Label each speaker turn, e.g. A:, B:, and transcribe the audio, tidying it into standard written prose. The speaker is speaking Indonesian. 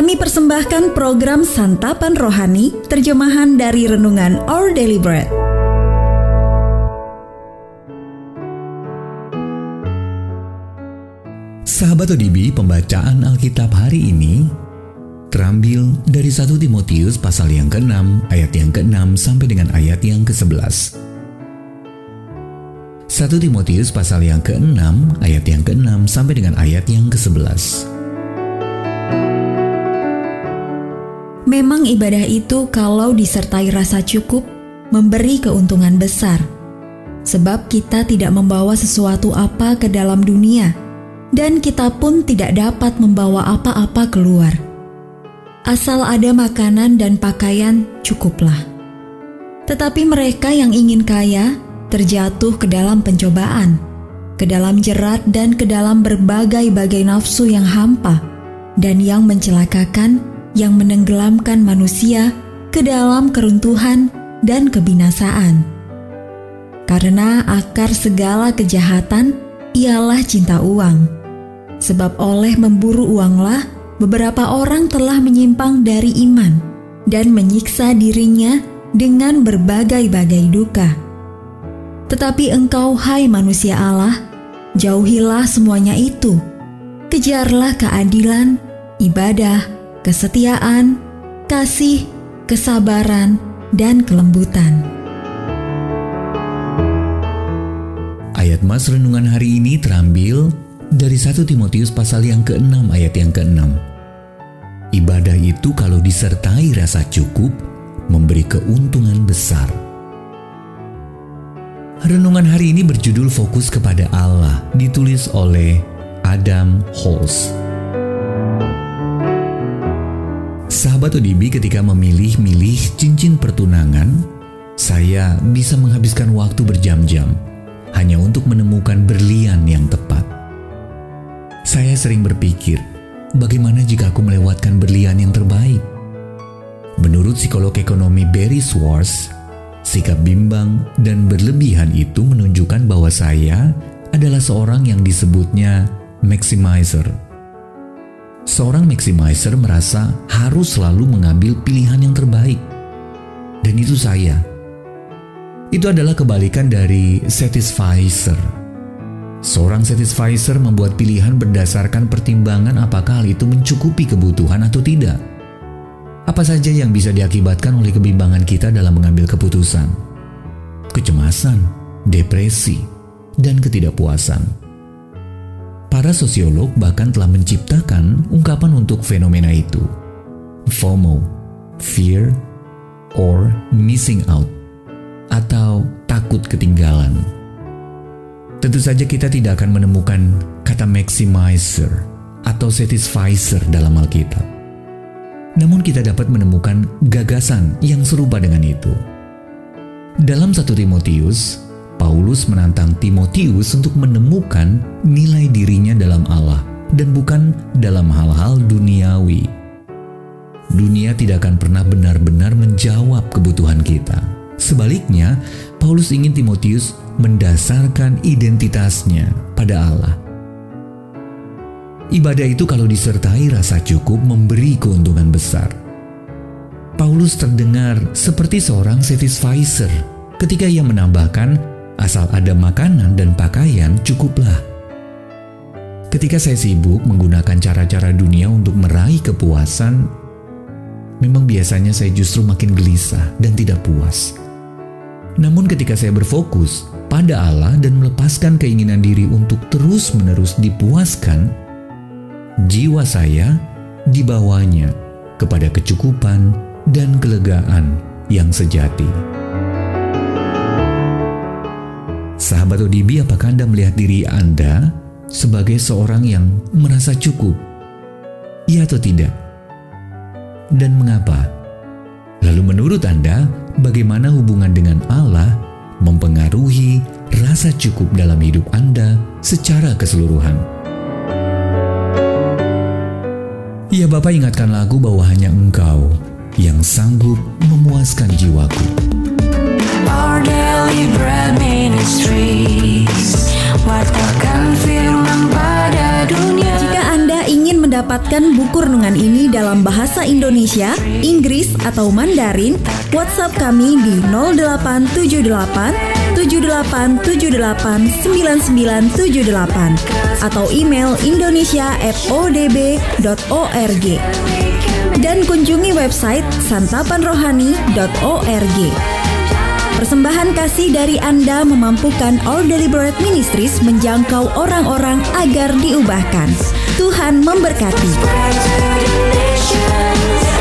A: Kami persembahkan program Santapan Rohani, terjemahan dari Renungan Our Daily Bread.
B: Sahabat ODB, pembacaan Alkitab hari ini terambil dari 1 Timotius pasal yang ke-6, ayat yang ke-6 sampai dengan ayat yang ke-11. 1 Timotius pasal yang ke-6, ayat yang ke-6 sampai dengan ayat yang ke-11.
A: Memang ibadah itu kalau disertai rasa cukup, memberi keuntungan besar. Sebab kita tidak membawa sesuatu apa ke dalam dunia, dan kita pun tidak dapat membawa apa-apa keluar. Asal ada makanan dan pakaian, cukuplah. Tetapi mereka yang ingin kaya, terjatuh ke dalam pencobaan, ke dalam jerat dan ke dalam berbagai-bagai nafsu yang hampa, dan yang mencelakakan, yang menenggelamkan manusia ke dalam keruntuhan dan kebinasaan. Karena akar segala kejahatan ialah cinta uang. Sebab oleh memburu uanglah beberapa orang telah menyimpang dari iman dan menyiksa dirinya dengan berbagai-bagai duka. Tetapi engkau, hai manusia Allah, jauhilah semuanya itu. Kejarlah keadilan, ibadah, kesetiaan, kasih, kesabaran, dan kelembutan.
B: Ayat mas renungan hari ini terambil dari 1 Timotius pasal yang ke-6 ayat yang ke-6. Ibadah itu kalau disertai rasa cukup, memberi keuntungan besar. Renungan hari ini berjudul Fokus kepada Allah, ditulis oleh Adam Holz. Sahabat ODB, ketika memilih-milih cincin pertunangan, saya bisa menghabiskan waktu berjam-jam hanya untuk menemukan berlian yang tepat. Saya sering berpikir, bagaimana jika aku melewatkan berlian yang terbaik? Menurut psikolog ekonomi Barry Schwartz, sikap bimbang dan berlebihan itu menunjukkan bahwa saya adalah seorang yang disebutnya maximizer. Seorang maximizer merasa harus selalu mengambil pilihan yang terbaik. Dan itu saya. Itu adalah kebalikan dari satisficer. Seorang satisficer membuat pilihan berdasarkan pertimbangan apakah hal itu mencukupi kebutuhan atau tidak. Apa saja yang bisa diakibatkan oleh kebimbangan kita dalam mengambil keputusan. Kecemasan, depresi, dan ketidakpuasan. Para sosiolog bahkan telah menciptakan ungkapan untuk fenomena itu. FOMO, fear or missing out, atau takut ketinggalan. Tentu saja kita tidak akan menemukan kata maximizer atau satisficer dalam Alkitab. Namun kita dapat menemukan gagasan yang serupa dengan itu. Dalam 1 Timotius, Paulus menantang Timotius untuk menemukan nilai dirinya dalam Allah dan bukan dalam hal-hal duniawi. Dunia tidak akan pernah benar-benar menjawab kebutuhan kita. Sebaliknya, Paulus ingin Timotius mendasarkan identitasnya pada Allah. Ibadah itu kalau disertai rasa cukup memberi keuntungan besar. Paulus terdengar seperti seorang satisficer ketika ia menambahkan, asal ada makanan dan pakaian, cukuplah. Ketika saya sibuk menggunakan cara-cara dunia untuk meraih kepuasan, memang biasanya saya justru makin gelisah dan tidak puas. Namun ketika saya berfokus pada Allah dan melepaskan keinginan diri untuk terus-menerus dipuaskan, jiwa saya dibawanya kepada kecukupan dan kelegaan yang sejati. Sahabat ODB, apakah Anda melihat diri Anda sebagai seorang yang merasa cukup? Ya atau tidak? Dan mengapa? Lalu menurut Anda, bagaimana hubungan dengan Allah mempengaruhi rasa cukup dalam hidup Anda secara keseluruhan? Ya, Bapa ingatkan lagu bahwa hanya Engkau yang sanggup memuaskan jiwaku.
C: Our Daily Bread Ministries, wartakan firman pada dunia.
A: Jika Anda ingin mendapatkan mendapatkan buku renungan ini dalam bahasa Indonesia, Inggris, atau Mandarin, WhatsApp kami di 0878 78789978 atau email indonesia@odb.org dan kunjungi website santapanrohani.org. Persembahan kasih dari Anda memampukan Our Daily Bread Ministries menjangkau orang-orang agar diubahkan. Tuhan memberkati.